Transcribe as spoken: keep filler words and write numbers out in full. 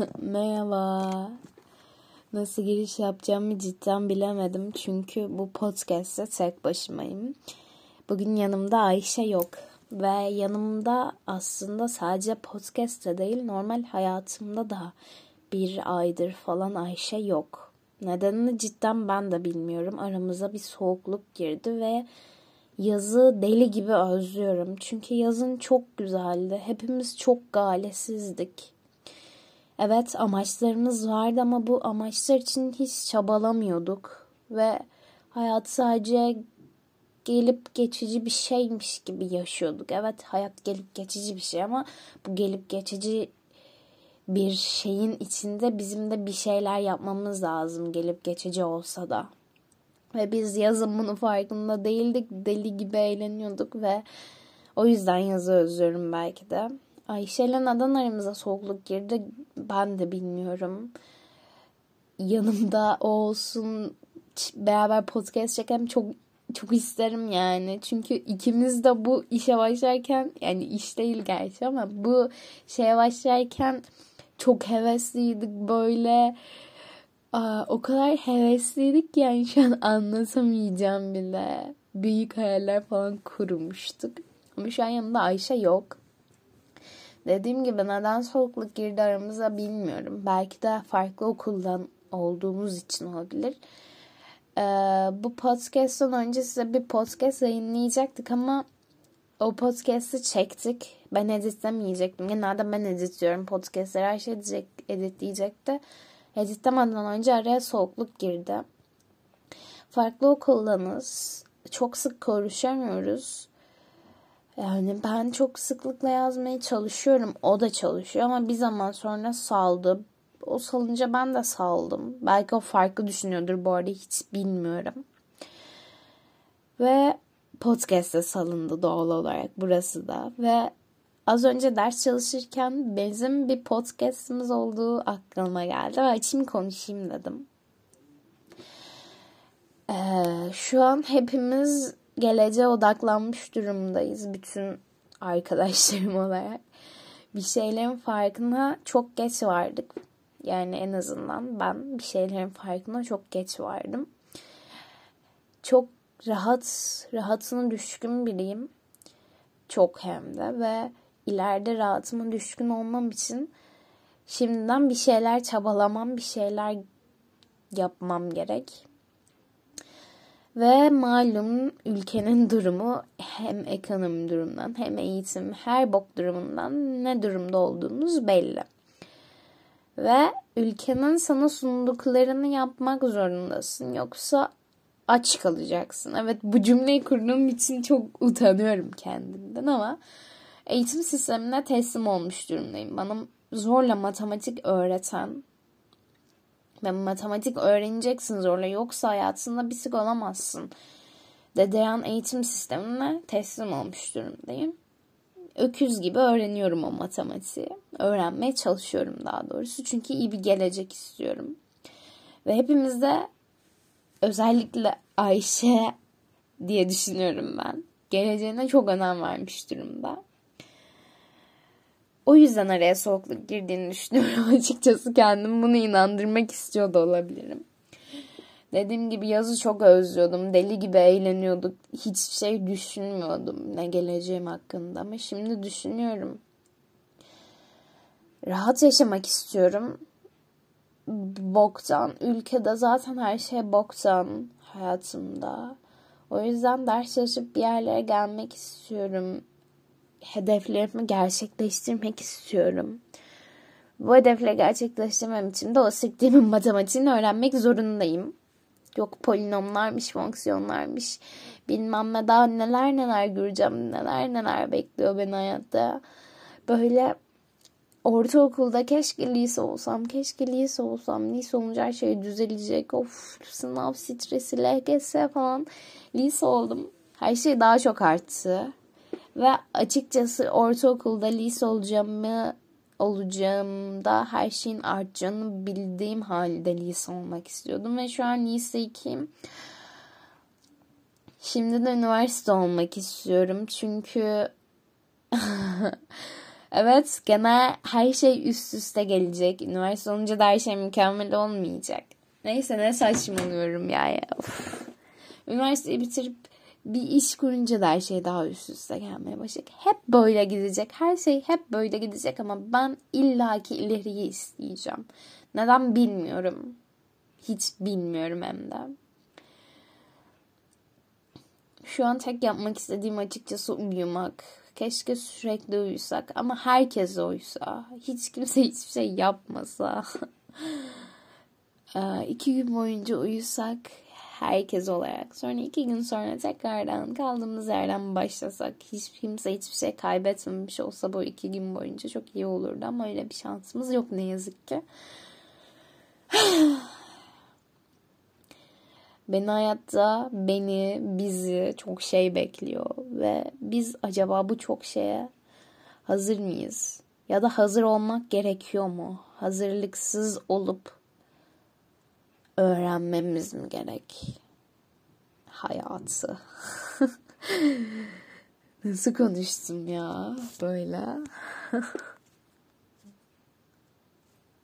Merhaba. Nasıl giriş yapacağımı cidden bilemedim. Çünkü bu podcast'te tek başımayım. Bugün yanımda Ayşe yok. Ve yanımda aslında sadece podcast'te değil, normal hayatımda da bir aydır falan Ayşe yok. Nedenini cidden ben de bilmiyorum. Aramıza bir soğukluk girdi ve yazı deli gibi özlüyorum. Çünkü yazın çok güzeldi. Hepimiz çok galesizdik. Evet, amaçlarımız vardı ama bu amaçlar için hiç çabalamıyorduk. Ve hayat sadece gelip geçici bir şeymiş gibi yaşıyorduk. Evet, hayat gelip geçici bir şey ama bu gelip geçici bir şeyin içinde bizim de bir şeyler yapmamız lazım, gelip geçici olsa da. Ve biz yazın bunun farkında değildik. Deli gibi eğleniyorduk ve o yüzden yazı özlüyorum belki de. Ayşe'yle neden aramıza soğukluk girdi ben de bilmiyorum. Yanımda o olsun, beraber podcast çekelim çok çok isterim yani. Çünkü ikimiz de bu işe başlarken, yani iş değil gerçi ama bu şeye başlarken çok hevesliydik böyle. Aa, o kadar hevesliydik ki yani şu an anlatamayacağım bile. Büyük hayaller falan kurmuştuk. Ama şu an yanımda Ayşe yok. Dediğim gibi neden soğukluk girdi aramıza bilmiyorum. Belki de farklı okuldan olduğumuz için olabilir. Ee, bu podcast'tan önce size bir podcast yayınlayacaktık ama o podcast'ı çektik. Ben editlemeyecektim. Genelde ben editliyorum podcast'ları. Her şey editleyecekti. Editlemeden önce araya soğukluk girdi. Farklı okuldanız. Çok sık konuşamıyoruz. Yani ben çok sıklıkla yazmaya çalışıyorum. O da çalışıyor ama bir zaman sonra saldı. O salınca ben de saldım. Belki o farklı düşünüyordur bu arada, hiç bilmiyorum. Ve podcast'e salındı doğal olarak burası da. Ve az önce ders çalışırken bizim bir podcast'ımız olduğu aklıma geldi. Ve açayım konuşayım dedim. Ee, şu an hepimiz geleceğe odaklanmış durumdayız. Bütün arkadaşlarım olarak. Bir şeylerin farkına çok geç vardık. Yani en azından ben bir şeylerin farkına çok geç vardım. Çok rahat, rahatına düşkün biriyim. Çok hem de ve ileride rahatıma düşkün olmam için şimdiden bir şeyler çabalamam, bir şeyler yapmam gerek. Ve malum ülkenin durumu hem ekonomi durumundan hem eğitim her bok durumundan ne durumda olduğumuz belli. Ve ülkenin sana sunduklarını yapmak zorundasın. Yoksa aç kalacaksın. Evet, bu cümleyi kurduğum için çok utanıyorum kendimden ama eğitim sistemine teslim olmuş durumdayım. Bana zorla matematik öğreten ve matematik öğreneceksin zorla yoksa hayatında bir sık olamazsın dediğin eğitim sistemine teslim olmuş durumdayım. Öküz gibi öğreniyorum o matematiği. Öğrenmeye çalışıyorum daha doğrusu. Çünkü iyi bir gelecek istiyorum. Ve hepimiz de özellikle Ayşe diye düşünüyorum ben. Geleceğine çok önem vermiş durumda. O yüzden araya soğukluk girdiğini düşünüyorum. Açıkçası kendimi bunu inandırmak istiyor da olabilirim. Dediğim gibi yazı çok özlüyordum. Deli gibi eğleniyorduk. Hiçbir şey düşünmüyordum ne geleceğim hakkında. Ama şimdi düşünüyorum. Rahat yaşamak istiyorum. Boktan. Ülkede zaten her şey boktan hayatımda. O yüzden ders çalışıp bir yerlere gelmek istiyorum. Hedeflerimi gerçekleştirmek istiyorum. Bu hedefleri gerçekleştirmem için de o siktiğimin matematiğini öğrenmek zorundayım. Yok polinomlarmış, fonksiyonlarmış. Bilmem ne daha neler neler göreceğim. Neler neler bekliyor beni hayatta. Böyle ortaokulda keşke lise olsam. Keşke lise olsam. Lise olunca her şey düzelecek. Of, sınav stresi, L G S falan. Lise oldum. Her şey daha çok arttı. Ve açıkçası ortaokulda lise olacağımı olacağımda her şeyin artacağını bildiğim halde lise olmak istiyordum. Ve şu an lise ikiyim. Şimdi de üniversite olmak istiyorum. Çünkü Evet, gene her şey üst üste gelecek. Üniversite olunca da her şey mükemmel olmayacak. Neyse, ne saçmalıyorum ya ya. Of. Üniversiteyi bitirip bir iş kurunca da her şey daha üst üste gelmeye başlayacak. Hep böyle gidecek. Her şey hep böyle gidecek ama ben illaki ileriyi isteyeceğim. Neden bilmiyorum. Hiç bilmiyorum hem de. Şu an tek yapmak istediğim açıkçası uyumak. Keşke sürekli uyusak ama herkes uysa. Hiç kimse hiçbir şey yapmasa. İki gün boyunca uyusak herkes olarak. Sonra iki gün sonra tekrardan kaldığımız yerden başlasak. Hiç kimse hiçbir şey kaybetmemiş olsa bu iki gün boyunca çok iyi olurdu. Ama öyle bir şansımız yok ne yazık ki. Beni hayatta, beni, bizi çok şey bekliyor. Ve biz acaba bu çok şeye hazır mıyız? Ya da hazır olmak gerekiyor mu? Hazırlıksız olup öğrenmemiz mi gerek? Hayatı. Nasıl konuştum ya böyle?